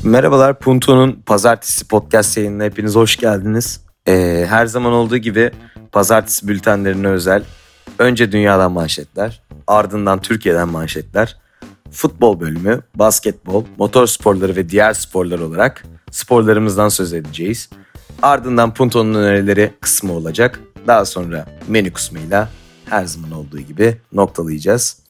Merhabalar, Punto'nun Pazartesi Podcast yayınına hepiniz hoş geldiniz. Her zaman olduğu gibi Pazartesi bültenlerine özel önce dünyadan manşetler, ardından Türkiye'den manşetler, futbol bölümü, basketbol, motor sporları ve diğer sporlar olarak sporlarımızdan söz edeceğiz. Ardından Punto'nun önerileri kısmı olacak. Daha sonra menü kısmıyla her zaman olduğu gibi noktalayacağız.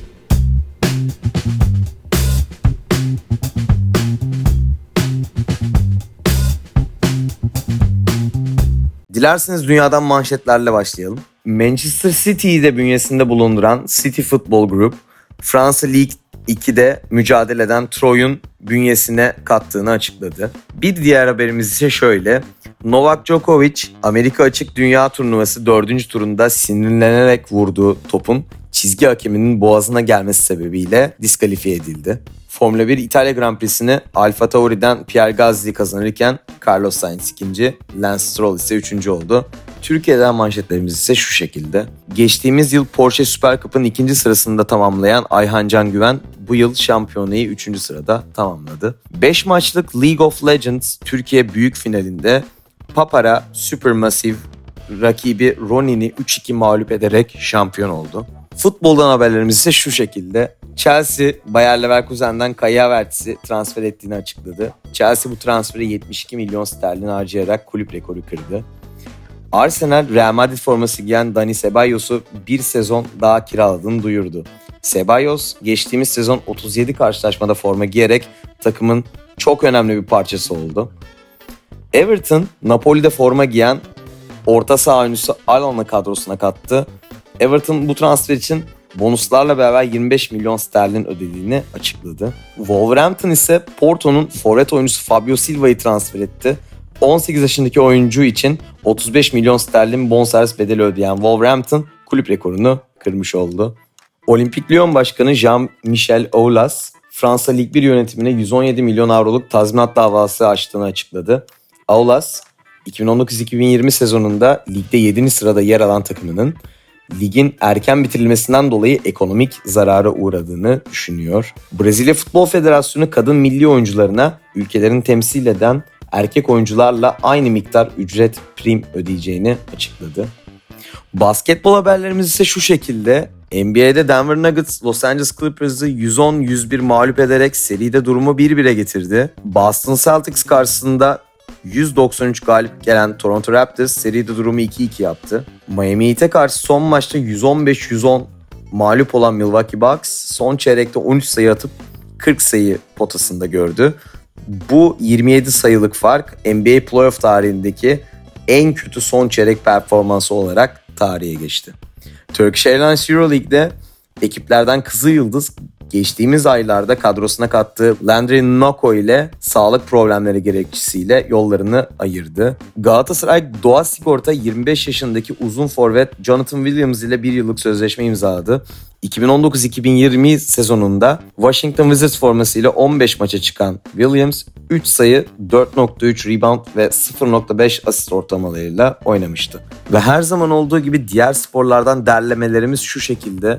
Dilerseniz dünyadan manşetlerle başlayalım. Manchester City'yi de bünyesinde bulunduran City Football Group, Fransa Lig 2'de mücadele eden Troyes'un bünyesine kattığını açıkladı. Bir diğer haberimiz ise şöyle. Novak Djokovic, Amerika Açık Dünya Turnuvası 4. turunda sinirlenerek vurduğu topun çizgi hakeminin boğazına gelmesi sebebiyle diskalifiye edildi. Formula 1 İtalya Grand Prix'sini Alfa Tauri'den Pierre Gasly kazanırken Carlos Sainz 2. Lance Stroll ise 3. oldu. Türkiye'den manşetlerimiz ise şu şekilde. Geçtiğimiz yıl Porsche Süper Cup'ın 2. sırasında tamamlayan Ayhan Can Güven bu yıl şampiyonayı 3. sırada tamamladı. 5 maçlık League of Legends Türkiye büyük finalinde Papara Supermassive rakibi Ronin'i 3-2 mağlup ederek şampiyon oldu. Futboldan haberlerimiz ise şu şekilde. Chelsea, Bayer Leverkusen'den Kai Havertz'i transfer ettiğini açıkladı. Chelsea bu transferi 72 milyon sterlin harcayarak kulüp rekoru kırdı. Arsenal, Real Madrid forması giyen Dani Cebalos'u bir sezon daha kiraladığını duyurdu. Ceballos, geçtiğimiz sezon 37 karşılaşmada forma giyerek takımın çok önemli bir parçası oldu. Everton, Napoli'de forma giyen orta saha oyuncusu Alan'ı kadrosuna kattı. Everton bu transfer için bonuslarla beraber 25 milyon sterlin ödediğini açıkladı. Wolverhampton ise Porto'nun forvet oyuncusu Fabio Silva'yı transfer etti. 18 yaşındaki oyuncu için 35 milyon sterlin bonservis bedeli ödeyen Wolverhampton kulüp rekorunu kırmış oldu. Olimpik Lyon Başkanı Jean-Michel Aulas, Fransa Lig 1 yönetimine 117 milyon avroluk tazminat davası açtığını açıkladı. Aulas, 2019-2020 sezonunda ligde 7. sırada yer alan takımının ligin erken bitirilmesinden dolayı ekonomik zarara uğradığını düşünüyor. Brezilya Futbol Federasyonu kadın milli oyuncularına ülkelerini temsil eden erkek oyuncularla aynı miktar ücret prim ödeyeceğini açıkladı. Basketbol haberlerimiz ise şu şekilde. NBA'de Denver Nuggets Los Angeles Clippers'ı 110-101 mağlup ederek seride durumu 1-1'e getirdi. Boston Celtics karşısında 193 galip gelen Toronto Raptors seride durumu 2-2 yaptı. Miami Heat'e karşı son maçta 115-110 mağlup olan Milwaukee Bucks son çeyrekte 13 sayı atıp 40 sayı potasında gördü. Bu 27 sayılık fark NBA playoff tarihindeki en kötü son çeyrek performansı olarak tarihe geçti. Turkish Airlines Euroleague'de ekiplerden Kızıl Yıldız geçtiğimiz aylarda kadrosuna kattığı Landry Nnoko ile sağlık problemleri gerekçesiyle yollarını ayırdı. Galatasaray Doğa Sigorta 25 yaşındaki uzun forvet Jonathan Williams ile 1 yıllık sözleşme imzaladı. 2019-2020 sezonunda Washington Wizards formasıyla 15 maça çıkan Williams 3 sayı, 4.3 rebound ve 0.5 asist ortalamalarıyla oynamıştı. Ve her zaman olduğu gibi diğer sporlardan derlemelerimiz şu şekilde.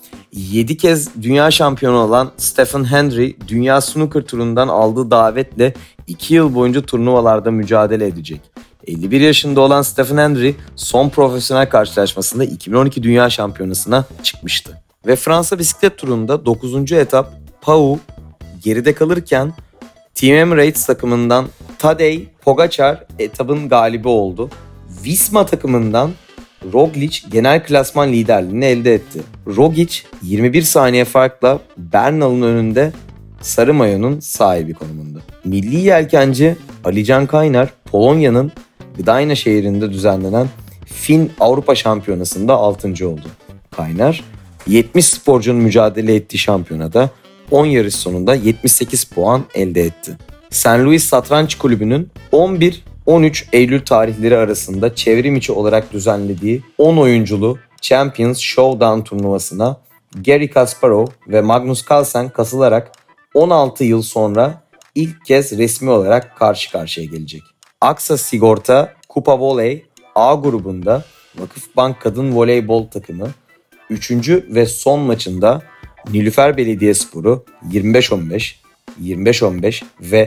7 kez dünya şampiyonu olan Stephen Hendry, Dünya Snooker turundan aldığı davetle 2 yıl boyunca turnuvalarda mücadele edecek. 51 yaşında olan Stephen Hendry son profesyonel karşılaşmasında 2012 Dünya Şampiyonası'na çıkmıştı. Ve Fransa bisiklet turunda 9. etap Pau geride kalırken Team Emirates takımından Tadej Pogačar etapın galibi oldu. Visma takımından Roglic genel klasman liderliğini elde etti. Roglic 21 saniye farkla Bernal'ın önünde sarı mayonun sahibi konumunda. Milli yelkenci Alican Kaynar Polonya'nın Gdynia şehrinde düzenlenen Fin Avrupa Şampiyonası'nda 6. oldu. Kaynar 70 sporcunun mücadele ettiği şampiyonada 10 yarış sonunda 78 puan elde etti. St. Louis Satranç Kulübü'nün 11-13 Eylül tarihleri arasında çevrim içi olarak düzenlediği 10 oyunculu Champions Showdown turnuvasına Garry Kasparov ve Magnus Carlsen katılarak 16 yıl sonra ilk kez resmi olarak karşı karşıya gelecek. Aksa Sigorta Kupa Voley A grubunda Vakıfbank Kadın Voleybol takımı 3. ve son maçında Nilüfer Belediyespor'u 25-15, 25-15 ve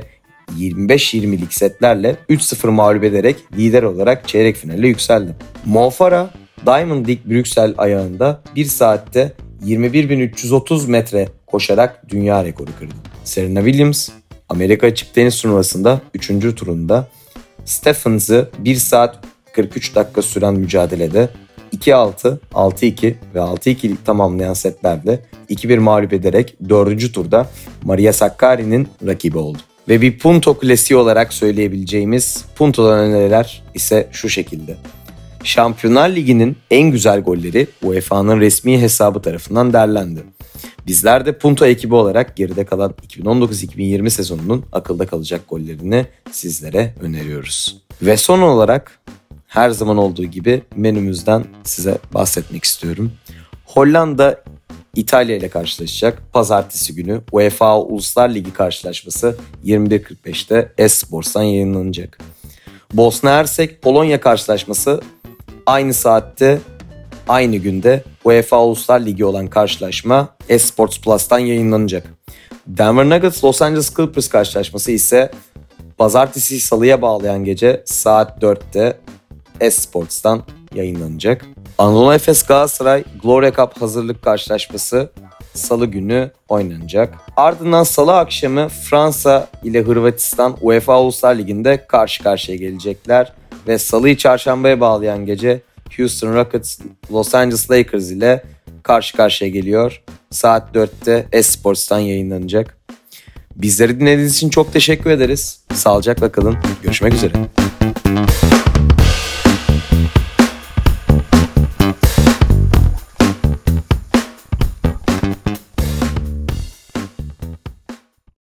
25-20'lik setlerle 3-0 mağlup ederek lider olarak çeyrek finale yükseldi. Mo Farah, Diamond League Brüksel ayağında 1 saatte 21.330 metre koşarak dünya rekoru kırdı. Serena Williams, Amerika Açık Tenis Turnuvası'nda 3. turunda Stephens'ı 1 saat 43 dakika süren mücadelede 2-6, 6-2 ve 6-2'lik tamamlayan setlerle 2-1 mağlup ederek 4. turda Maria Sakkari'nin rakibi oldu. Ve bir punto klasiği olarak söyleyebileceğimiz puntodan öneriler ise şu şekilde. Şampiyonlar Ligi'nin en güzel golleri UEFA'nın resmi hesabı tarafından derlendi. Bizler de Punto ekibi olarak geride kalan 2019-2020 sezonunun akılda kalacak gollerini sizlere öneriyoruz. Ve son olarak her zaman olduğu gibi menümüzden size bahsetmek istiyorum. Hollanda İtalya ile karşılaşacak. Pazartesi günü UEFA Uluslar Ligi karşılaşması 21.45'te Esports'tan yayınlanacak. Bosna Hersek Polonya karşılaşması aynı saatte, aynı günde UEFA Uluslar Ligi olan karşılaşma Esports Plus'tan yayınlanacak. Denver Nuggets Los Angeles Clippers karşılaşması ise pazartesi salıya bağlayan gece saat 4'te Esports'tan yayınlanacak. Anadolu Efes Galatasaray Gloria Cup hazırlık karşılaşması salı günü oynanacak. Ardından salı akşamı Fransa ile Hırvatistan UEFA Uluslar Ligi'nde karşı karşıya gelecekler ve salıyı çarşambaya bağlayan gece Houston Rockets Los Angeles Lakers ile karşı karşıya geliyor. Saat 4'te Esports'tan yayınlanacak. Bizleri dinlediğiniz için çok teşekkür ederiz. Sağlıcakla kalın. Görüşmek üzere.